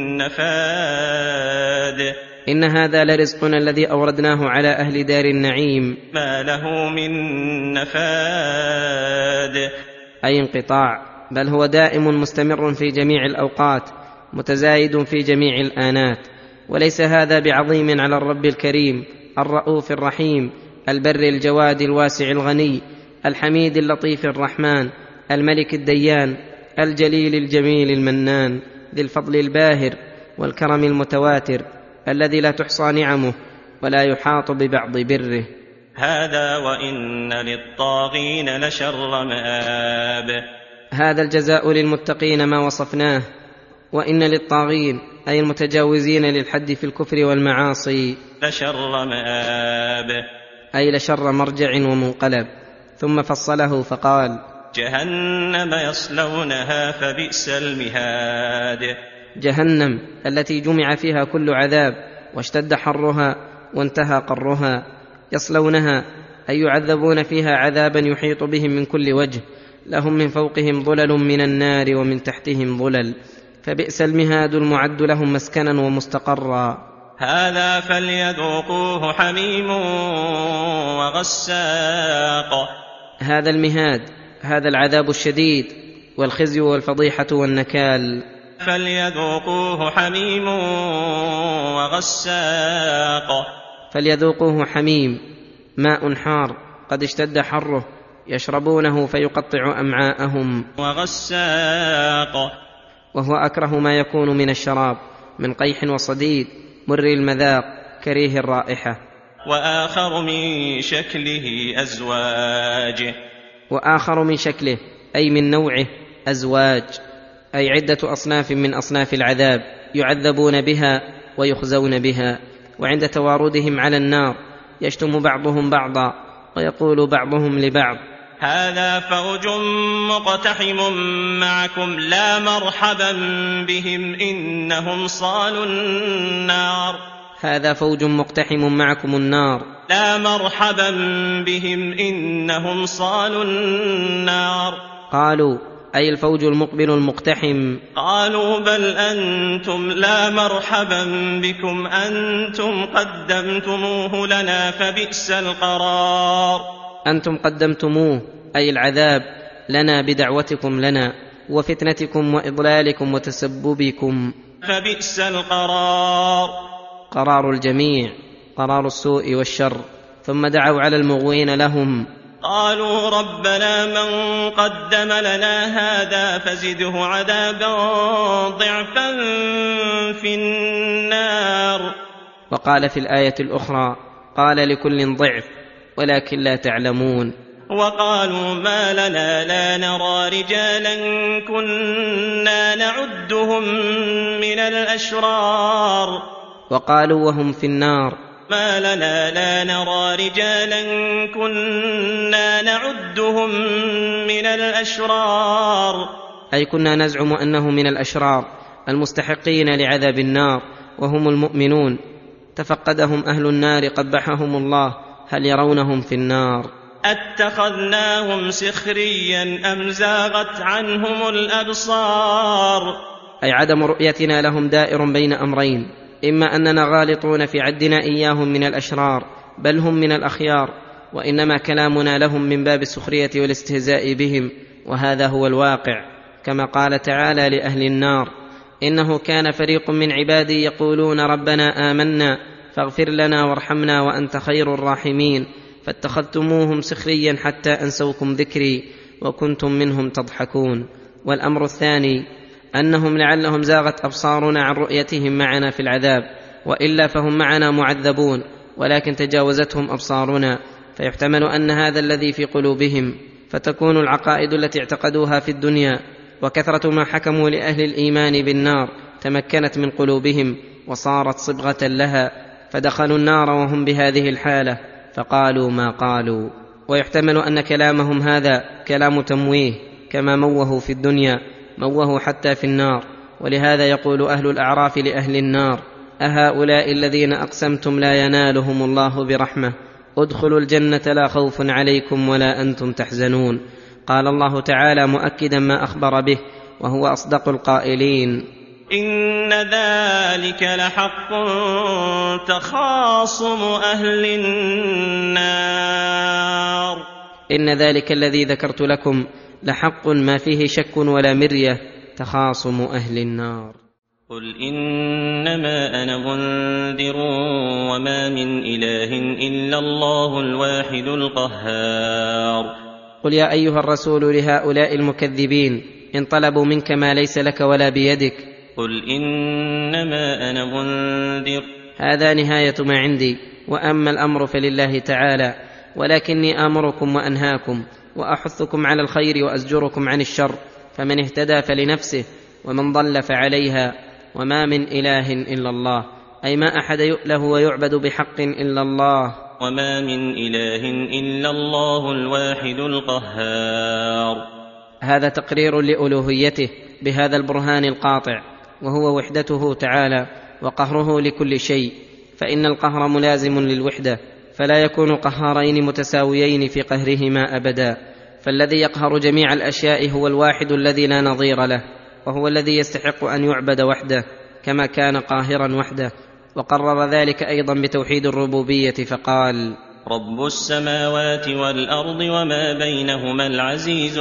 نفاد. إن هذا لرزقنا الذي أوردناه على أهل دار النعيم ما له من نفاد، أي انقطاع، بل هو دائم مستمر في جميع الأوقات، متزايد في جميع الآنات. وليس هذا بعظيم على الرب الكريم الرؤوف الرحيم البر الجواد الواسع الغني الحميد اللطيف الرحمن الملك الديان الجليل الجميل المنان ذي الفضل الباهر والكرم المتواتر الذي لا تحصى نعمه ولا يحاط ببعض بره. هذا وإن للطاغين لشر مآب. هذا الجزاء للمتقين ما وصفناه، وإن للطاغين أي المتجاوزين للحد في الكفر والمعاصي لشر مآب، أي لشر مرجع ومنقلب. ثم فصله فقال: جهنم يصلونها فبئس المهاد. جهنم التي جمع فيها كل عذاب واشتد حرها وانتهى قرها، يصلونها أي يعذبون فيها عذابا يحيط بهم من كل وجه، لهم من فوقهم ظلل من النار ومن تحتهم ظلل، فبئس المهاد المعد لهم مسكنا ومستقرا. هذا فليذوقوه حميم وغساق. هذا المهاد، هذا العذاب الشديد والخزي والفضيحة والنكال. فليذوقوه حميم وغساق. فليذوقوه حميم، ماء حار قد اشتد حره يشربونه فيقطع أمعاءهم. وغساق، وهو أكره ما يكون من الشراب من قيح وصديد مر المذاق كريه الرائحة. وآخر من شكله أزواج. وآخر من شكله أي من نوعه أزواج، أي عدة أصناف من أصناف العذاب يعذبون بها ويخزون بها. وعند تواردهم على النار يشتم بعضهم بعضا ويقول بعضهم لبعض: هذا فوج مقتحم معكم لا مرحبا بهم إنهم صالوا النار. هذا فوج مقتحم معكم النار لا مرحبا بهم إنهم صالوا النار. قالوا أي الفوج المقبل المقتحم. قالوا بل أنتم لا مرحبا بكم أنتم قدمتموه لنا فبئس القرار. أنتم قدمتموه أي العذاب لنا بدعوتكم لنا وفتنتكم وإضلالكم وتسببكم. فبئس القرار، قرار الجميع، قرار السوء والشر. ثم دعوا على المغوين لهم: قالوا ربنا من قدم لنا هذا فزده عذابا ضعفا في النار. وقال في الآية الأخرى: قال لكل ضعف ولكن لا تعلمون. وقالوا ما لنا لا نرى رجالا كنا نعدهم من الأشرار. وقالوا وهم في النار: ما لنا لا نرى رجالا كنا نعدهم من الأشرار. أي كنا نزعم أنه من الأشرار المستحقين لعذاب النار وهم المؤمنون. تفقدهم أهل النار قبحهم الله، هل يرونهم في النار؟ أتخذناهم سخريا أم زاغت عنهم الأبصار. أي عدم رؤيتنا لهم دائر بين أمرين: إما أننا غالطون في عدنا إياهم من الأشرار بل هم من الأخيار، وإنما كلامنا لهم من باب السخرية والاستهزاء بهم، وهذا هو الواقع. كما قال تعالى لأهل النار: إنه كان فريق من عبادي يقولون ربنا آمنا فاغفر لنا وارحمنا وأنت خير الراحمين فاتخذتموهم سخريا حتى أنسوكم ذكري وكنتم منهم تضحكون. والأمر الثاني أنهم لعلهم زاغت أبصارنا عن رؤيتهم معنا في العذاب، وإلا فهم معنا معذبون ولكن تجاوزتهم أبصارنا، فيحتمل أن هذا الذي في قلوبهم، فتكون العقائد التي اعتقدوها في الدنيا وكثرة ما حكموا لأهل الإيمان بالنار تمكنت من قلوبهم وصارت صبغة لها، فدخلوا النار وهم بهذه الحالة فقالوا ما قالوا. ويحتمل أن كلامهم هذا كلام تمويه، كما موهوا في الدنيا موهوا حتى في النار. ولهذا يقول أهل الأعراف لأهل النار: أهؤلاء الذين أقسمتم لا ينالهم الله برحمة ادخلوا الجنة لا خوف عليكم ولا أنتم تحزنون. قال الله تعالى مؤكدا ما أخبر به وهو أصدق القائلين: إن ذلك لحق تخاصم أهل النار. إن ذلك الذي ذكرت لكم لحق ما فيه شك ولا مرية، تخاصم أهل النار. قل إنما أنا منذر وما من إله إلا الله الواحد القهار. قل يا أيها الرسول لهؤلاء المكذبين إن طلبوا منك ما ليس لك ولا بيدك. قل إنما أنا منذر. هذا نهاية ما عندي، وأما الأمر فلله تعالى، ولكني آمركم وأنهاكم وأحثكم على الخير وأزجركم عن الشر، فمن اهتدى فلنفسه ومن ضل فعليها، وما من إله إلا الله، أي ما أحد يؤله ويعبد بحق إلا الله. وما من إله إلا الله الواحد القهار. هذا تقرير لألوهيته بهذا البرهان القاطع، وهو وحدته تعالى وقهره لكل شيء، فإن القهر ملازم للوحدة، فلا يكون قهارين متساويين في قهرهما أبدا. فالذي يقهر جميع الأشياء هو الواحد الذي لا نظير له، وهو الذي يستحق أن يعبد وحده كما كان قاهرا وحده. وقرر ذلك أيضا بتوحيد الربوبية فقال: رب السماوات والأرض وما بينهما العزيز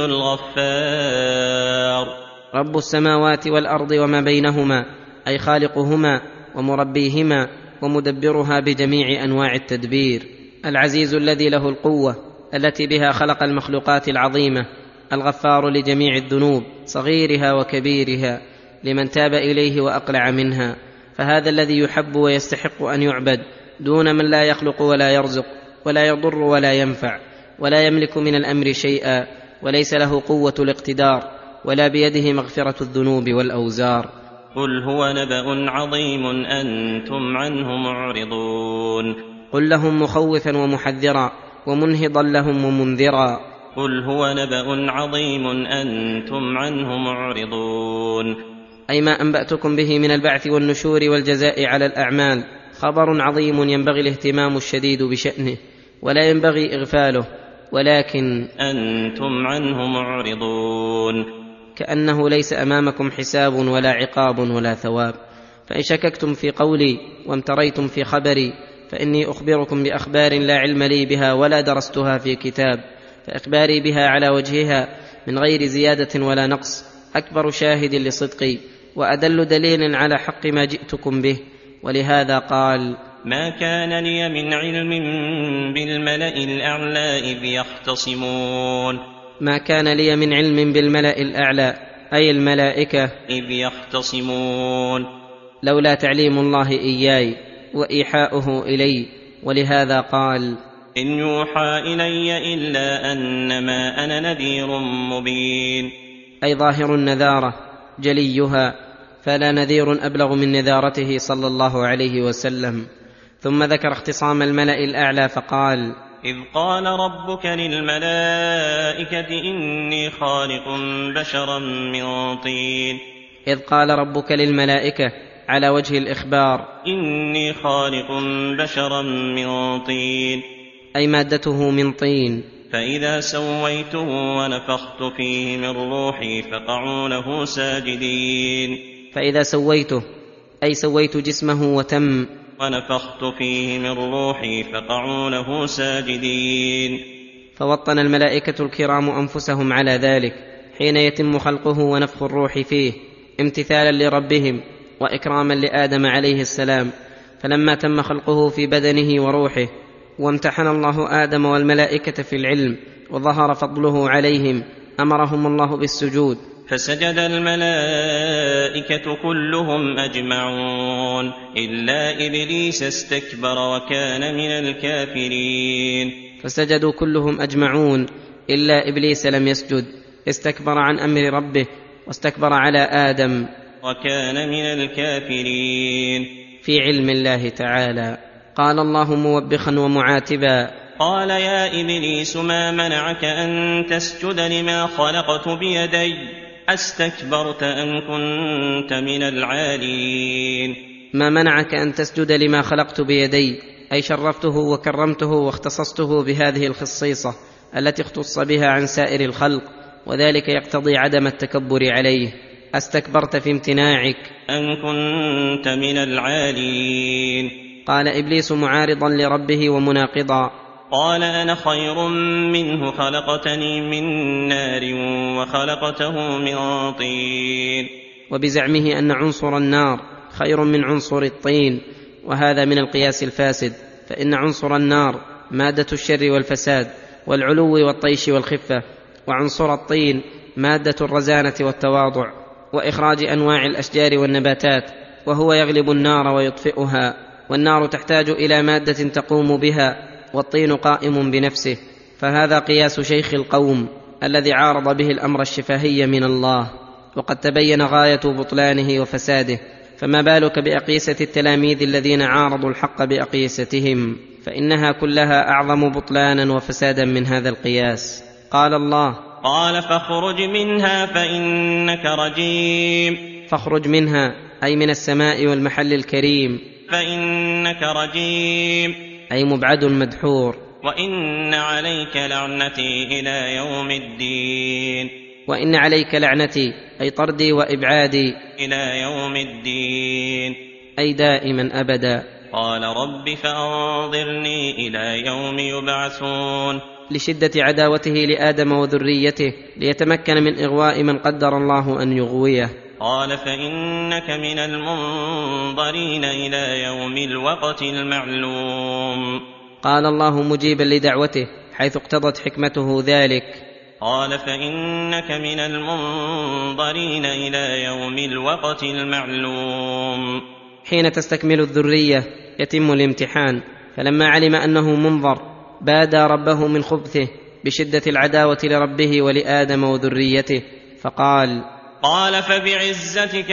الغفار. رب السماوات والأرض وما بينهما، أي خالقهما ومربيهما ومدبرها بجميع أنواع التدبير. العزيز الذي له القوة التي بها خلق المخلوقات العظيمة، الغفار لجميع الذنوب صغيرها وكبيرها لمن تاب إليه وأقلع منها. فهذا الذي يحب ويستحق أن يعبد دون من لا يخلق ولا يرزق ولا يضر ولا ينفع ولا يملك من الأمر شيئا، وليس له قوة الاقتدار ولا بيده مغفرة الذنوب والأوزار. قل هو نبأ عظيم أنتم عنه معرضون. قل لهم مخوفا ومحذرا ومنهضا لهم ومنذرا. قل هو نبأ عظيم أنتم عنه معرضون، أي ما أنبأتكم به من البعث والنشور والجزاء على الأعمال خبر عظيم ينبغي الاهتمام الشديد بشأنه ولا ينبغي إغفاله، ولكن أنتم عنه معرضون، كأنه ليس أمامكم حساب ولا عقاب ولا ثواب. فإن شككتم في قولي وامتريتم في خبري فإني أخبركم بأخبار لا علم لي بها ولا درستها في كتاب، فإخباري بها على وجهها من غير زيادة ولا نقص أكبر شاهد لصدقي وأدل دليل على حق ما جئتكم به. ولهذا قال: ما كان لي من علم بالملأ الأعلى إذ يختصمون. ما كان لي من علم بالملأ الأعلى أي الملائكة إذ يختصمون، لولا تعليم الله إياي وإيحاؤه إلي. ولهذا قال: إن يوحى إلي إلا أنما أنا نذير مبين، أي ظاهر النذارة جليها، فلا نذير أبلغ من نذارته صلى الله عليه وسلم. ثم ذكر اختصام الملأ الأعلى فقال: إذ قال ربك للملائكة إني خالق بشرا من طين. إذ قال ربك للملائكة على وجه الإخبار: إني خالق بشرا من طين، أي مادته من طين. فإذا سويته ونفخت فيه من روحي فقعوا له ساجدين. فإذا سويته أي سويت جسمه وتم. ونفخت فيه من روحي فقعوا له ساجدين. فوطن الملائكة الكرام أنفسهم على ذلك حين يتم خلقه ونفخ الروح فيه، امتثالا لربهم وإكراما لآدم عليه السلام. فلما تم خلقه في بدنه وروحه وامتحن الله آدم والملائكة في العلم وظهر فضله عليهم، أمرهم الله بالسجود، فسجد الملائكة كلهم أجمعون إلا إبليس استكبر وكان من الكافرين. فسجدوا كلهم أجمعون إلا إبليس لم يسجد، استكبر عن أمر ربه واستكبر على آدم وكان من الكافرين. في علم الله تعالى قال الله موبخا ومعاتبا: قال يا إبليس ما منعك أن تسجد لما خلقت بيدي أستكبرت أم كنت من العالين. ما منعك أن تسجد لما خلقت بيدي، أي شرفته وكرمته واختصصته بهذه الخصيصة التي اختص بها عن سائر الخلق، وذلك يقتضي عدم التكبر عليه. أستكبرت في امتناعك أم كنت من العالين. قال إبليس معارضا لربه ومناقضا: قال أنا خير منه خلقتني من نار وخلقته من طين. وبزعمه أن عنصر النار خير من عنصر الطين، وهذا من القياس الفاسد، فإن عنصر النار مادة الشر والفساد، والعلو والطيش والخفة. وعنصر الطين مادة الرزانة والتواضع، وإخراج أنواع الأشجار والنباتات، وهو يغلب النار ويطفئها، والنار تحتاج إلى مادة تقوم بها، والطين قائم بنفسه. فهذا قياس شيخ القوم الذي عارض به الأمر الشفهي من الله، وقد تبين غاية بطلانه وفساده، فما بالك بأقيسة التلاميذ الذين عارضوا الحق بأقيستهم، فإنها كلها أعظم بطلانا وفسادا من هذا القياس. قال الله: قال فاخرج منها فإنك رجيم. فاخرج منها أي من السماء والمحل الكريم، فإنك رجيم أي مبعد مدحور. وإن عليك لعنتي إلى يوم الدين. وإن عليك لعنتي أي طردي وإبعادي إلى يوم الدين، أي دائما أبدا. قال رب فأنظرني إلى يوم يبعثون، لشدة عداوته لآدم وذريته، ليتمكن من إغواء من قدر الله أن يغويه. قال فإنك من المنظرين إلى يوم الوقت المعلوم. قال الله مجيبا لدعوته حيث اقتضت حكمته ذلك. قال فإنك من المنظرين إلى يوم الوقت المعلوم. حين تستكمل الذرية يتم الامتحان، فلما علم أنه منظر بادى ربه من خبثه بشدة العداوة لربه ولآدم وذريته، فقال: قال فبعزتك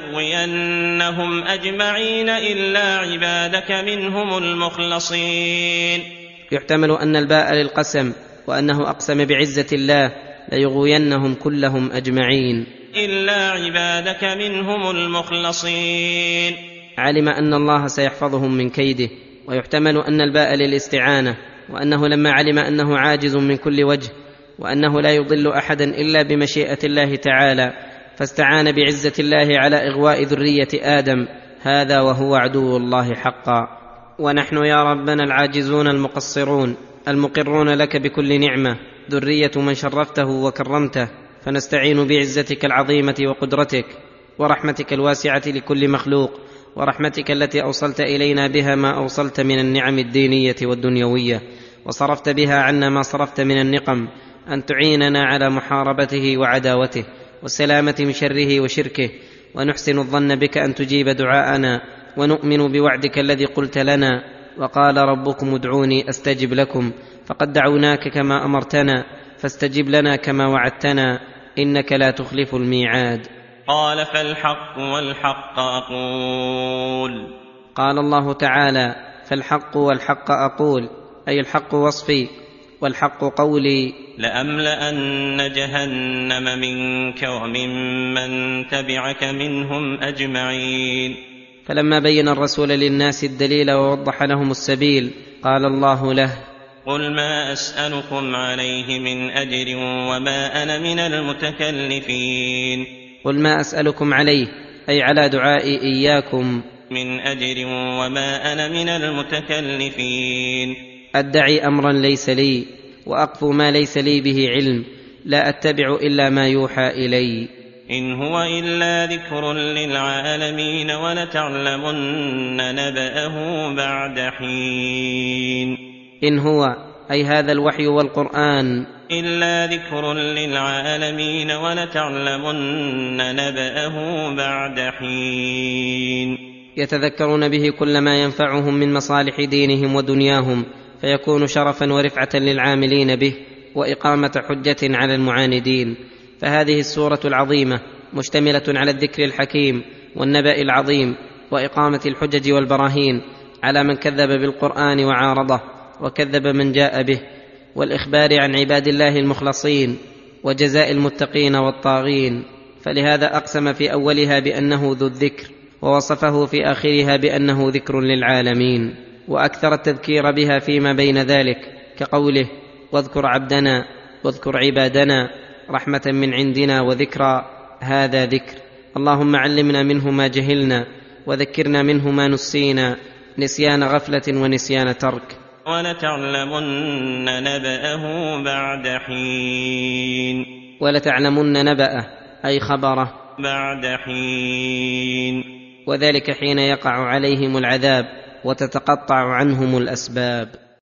لأغوينهم أجمعين إلا عبادك منهم المخلصين. يحتمل أن الباء للقسم، وأنه أقسم بعزة الله ليغوينهم كلهم أجمعين إلا عبادك منهم المخلصين. علم أن الله سيحفظهم من كيده. ويحتمل أن الباء للاستعانة، وأنه لما علم أنه عاجز من كل وجه، وأنه لا يضل أحدا إلا بمشيئة الله تعالى، فاستعان بعزة الله على إغواء ذرية آدم، هذا وهو عدو الله حقا. ونحن يا ربنا العاجزون المقصرون المقرون لك بكل نعمة، ذرية من شرفته وكرمته، فنستعين بعزتك العظيمة وقدرتك ورحمتك الواسعة لكل مخلوق، ورحمتك التي أوصلت إلينا بها ما أوصلت من النعم الدينية والدنيوية، وصرفت بها عنا ما صرفت من النقم، أن تعيننا على محاربته وعداوته والسلامة من شره وشركه. ونحسن الظن بك أن تجيب دعاءنا، ونؤمن بوعدك الذي قلت لنا: وقال ربكم ادعوني أستجب لكم. فقد دعوناك كما أمرتنا، فاستجب لنا كما وعدتنا، إنك لا تخلف الميعاد. قال فالحق والحق أقول. قال الله تعالى: فالحق والحق أقول، أي الحق وصفي والحق قولي. لأملأن جهنم منك وممن تبعك منهم أجمعين. فلما بين الرسول للناس الدليل ووضح لهم السبيل، قال الله له: قل ما أسألكم عليه من أجر وما أنا من المتكلفين. قل ما أسألكم عليه أي على دعائي إياكم من أجر وما أنا من المتكلفين. أدعي أمرا ليس لي، وأقفو ما ليس لي به علم، لا أتبع إلا ما يوحى إلي. إن هو إلا ذكر للعالمين ولتعلمن نبأه بعد حين. إن هو أي هذا الوحي والقرآن إلا ذكر للعالمين ولتعلمن نبأه بعد حين. يتذكرون به كل ما ينفعهم من مصالح دينهم ودنياهم، فيكون شرفا ورفعة للعاملين به، وإقامة حجة على المعاندين. فهذه السورة العظيمة مشتملة على الذكر الحكيم والنبأ العظيم، وإقامة الحجج والبراهين على من كذب بالقرآن وعارضه وكذب من جاء به، والإخبار عن عباد الله المخلصين وجزاء المتقين والطاغين. فلهذا أقسم في أولها بأنه ذو الذكر، ووصفه في آخرها بأنه ذكر للعالمين، وأكثر التذكير بها فيما بين ذلك، كقوله: واذكر عبدنا واذكر عبادنا رحمة من عندنا وذكرى. هذا ذكر. اللهم علمنا منه ما جهلنا، وذكرنا منه ما نسينا، نسيان غفلة ونسيان ترك. ولتعلمن نبأه بعد حين. ولتعلمن نبأه أي خبره بعد حين، وذلك حين يقع عليهم العذاب وتتقطع عنهم الأسباب.